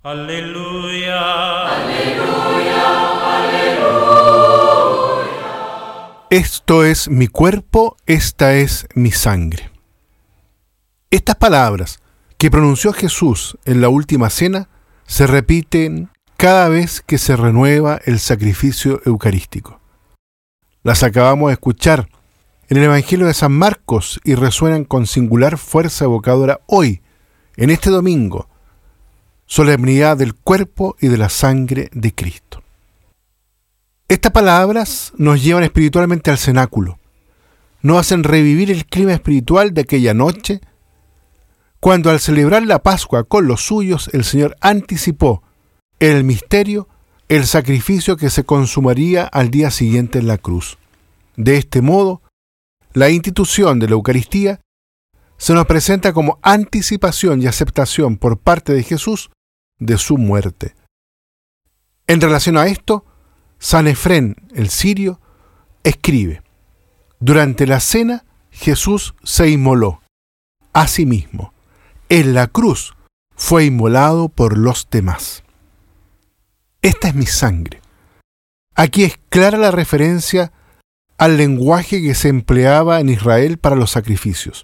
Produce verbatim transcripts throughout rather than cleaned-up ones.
Aleluya. Aleluya, aleluya. Esto es mi cuerpo, esta es mi sangre. Estas palabras que pronunció Jesús en la última cena se repiten cada vez que se renueva el sacrificio eucarístico. Las acabamos de escuchar en el Evangelio de San Marcos y resuenan con singular fuerza evocadora hoy, en este domingo, solemnidad del cuerpo y de la sangre de Cristo. Estas palabras nos llevan espiritualmente al cenáculo, nos hacen revivir el clima espiritual de aquella noche, cuando al celebrar la Pascua con los suyos, el Señor anticipó en el misterio el sacrificio que se consumaría al día siguiente en la cruz. De este modo, la institución de la Eucaristía se nos presenta como anticipación y aceptación por parte de Jesús de su muerte. En relación a esto, San Efrén, el sirio, escribe: durante la cena Jesús se inmoló a sí mismo. En la cruz fue inmolado por los demás. Esta es mi sangre. Aquí es clara la referencia al lenguaje que se empleaba en Israel para los sacrificios.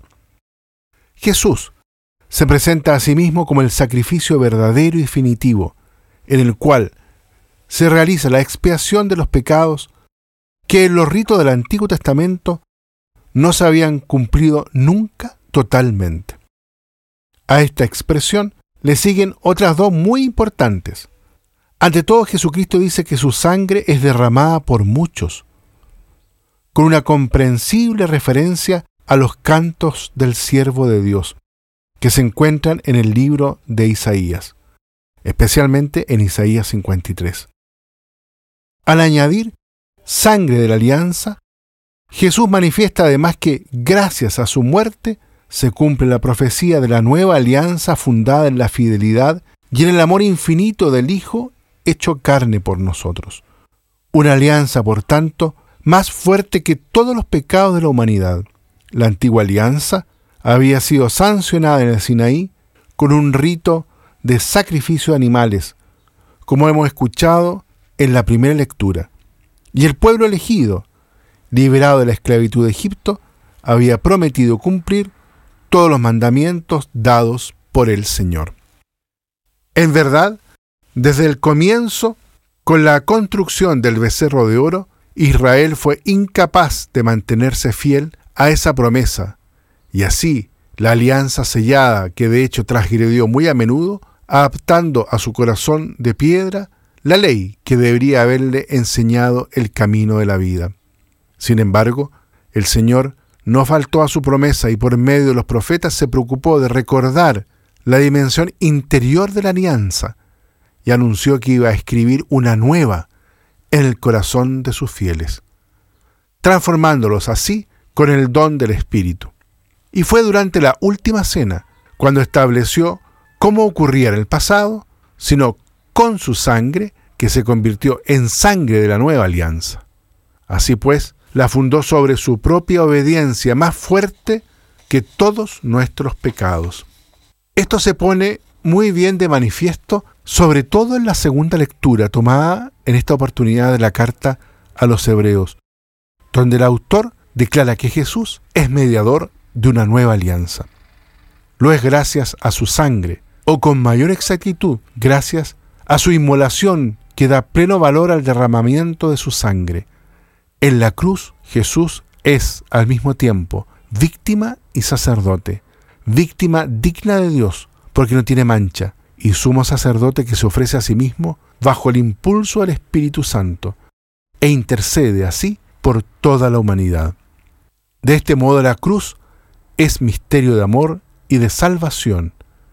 Jesús se presenta a sí mismo como el sacrificio verdadero y definitivo, en el cual se realiza la expiación de los pecados que en los ritos del Antiguo Testamento no se habían cumplido nunca totalmente. A esta expresión le siguen otras dos muy importantes. Ante todo, Jesucristo dice que su sangre es derramada por muchos, con una comprensible referencia a los cantos del siervo de Dios, que se encuentran en el libro de Isaías, especialmente en Isaías cincuenta y tres. Al añadir sangre de la alianza, Jesús manifiesta además que, gracias a su muerte, se cumple la profecía de la nueva alianza fundada en la fidelidad y en el amor infinito del Hijo hecho carne por nosotros. Una alianza, por tanto, más fuerte que todos los pecados de la humanidad. La antigua alianza había sido sancionada en el Sinaí con un rito de sacrificio de animales, como hemos escuchado en la primera lectura. Y el pueblo elegido, liberado de la esclavitud de Egipto, había prometido cumplir todos los mandamientos dados por el Señor. En verdad, desde el comienzo, con la construcción del becerro de oro, Israel fue incapaz de mantenerse fiel a esa promesa, y así la alianza sellada, que de hecho transgredió muy a menudo, adaptando a su corazón de piedra la ley que debería haberle enseñado el camino de la vida. Sin embargo, el Señor no faltó a su promesa y por medio de los profetas se preocupó de recordar la dimensión interior de la alianza y anunció que iba a escribir una nueva en el corazón de sus fieles, transformándolos así con el don del Espíritu. Y fue durante la última cena cuando estableció cómo ocurría en el pasado, sino con su sangre, que se convirtió en sangre de la nueva alianza. Así pues, la fundó sobre su propia obediencia más fuerte que todos nuestros pecados. Esto se pone muy bien de manifiesto, sobre todo en la segunda lectura tomada en esta oportunidad de la carta a los Hebreos, donde el autor declara que Jesús es mediador de una nueva alianza. Lo es gracias a su sangre, o con mayor exactitud, gracias a su inmolación que da pleno valor al derramamiento de su sangre. En la cruz, Jesús es al mismo tiempo víctima y sacerdote, víctima digna de Dios, porque no tiene mancha, y sumo sacerdote que se ofrece a sí mismo bajo el impulso del Espíritu Santo, e intercede así por toda la humanidad. De este modo la cruz es misterio de amor y de salvación,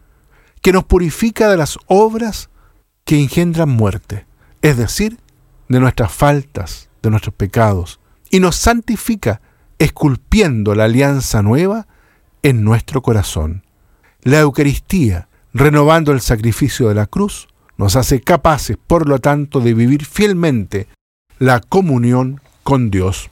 que nos purifica de las obras que engendran muerte, es decir, de nuestras faltas, de nuestros pecados, y nos santifica esculpiendo la alianza nueva en nuestro corazón. La Eucaristía, renovando el sacrificio de la cruz, nos hace capaces, por lo tanto, de vivir fielmente la comunión con Dios.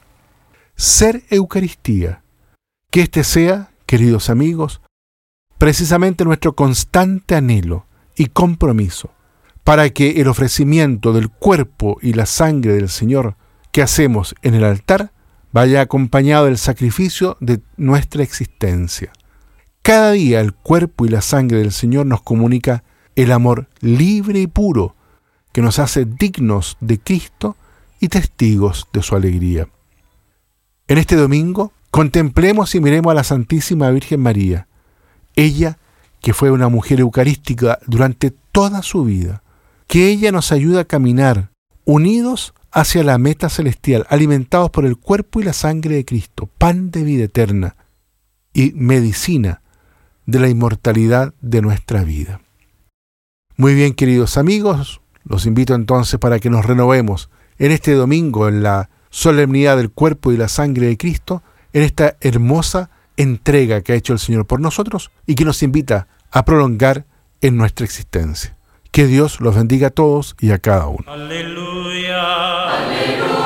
Ser Eucaristía, que este sea, queridos amigos, precisamente nuestro constante anhelo y compromiso, para que el ofrecimiento del cuerpo y la sangre del Señor que hacemos en el altar vaya acompañado del sacrificio de nuestra existencia. Cada día el cuerpo y la sangre del Señor nos comunica el amor libre y puro que nos hace dignos de Cristo y testigos de su alegría. En este domingo, contemplemos y miremos a la Santísima Virgen María, ella que fue una mujer eucarística durante toda su vida, que ella nos ayuda a caminar unidos hacia la meta celestial, alimentados por el cuerpo y la sangre de Cristo, pan de vida eterna y medicina de la inmortalidad de nuestra vida. Muy bien, queridos amigos, los invito entonces para que nos renovemos en este domingo en la solemnidad del cuerpo y la sangre de Cristo, en esta hermosa entrega que ha hecho el Señor por nosotros y que nos invita a prolongar en nuestra existencia. Que Dios los bendiga a todos y a cada uno. Aleluya. Aleluya.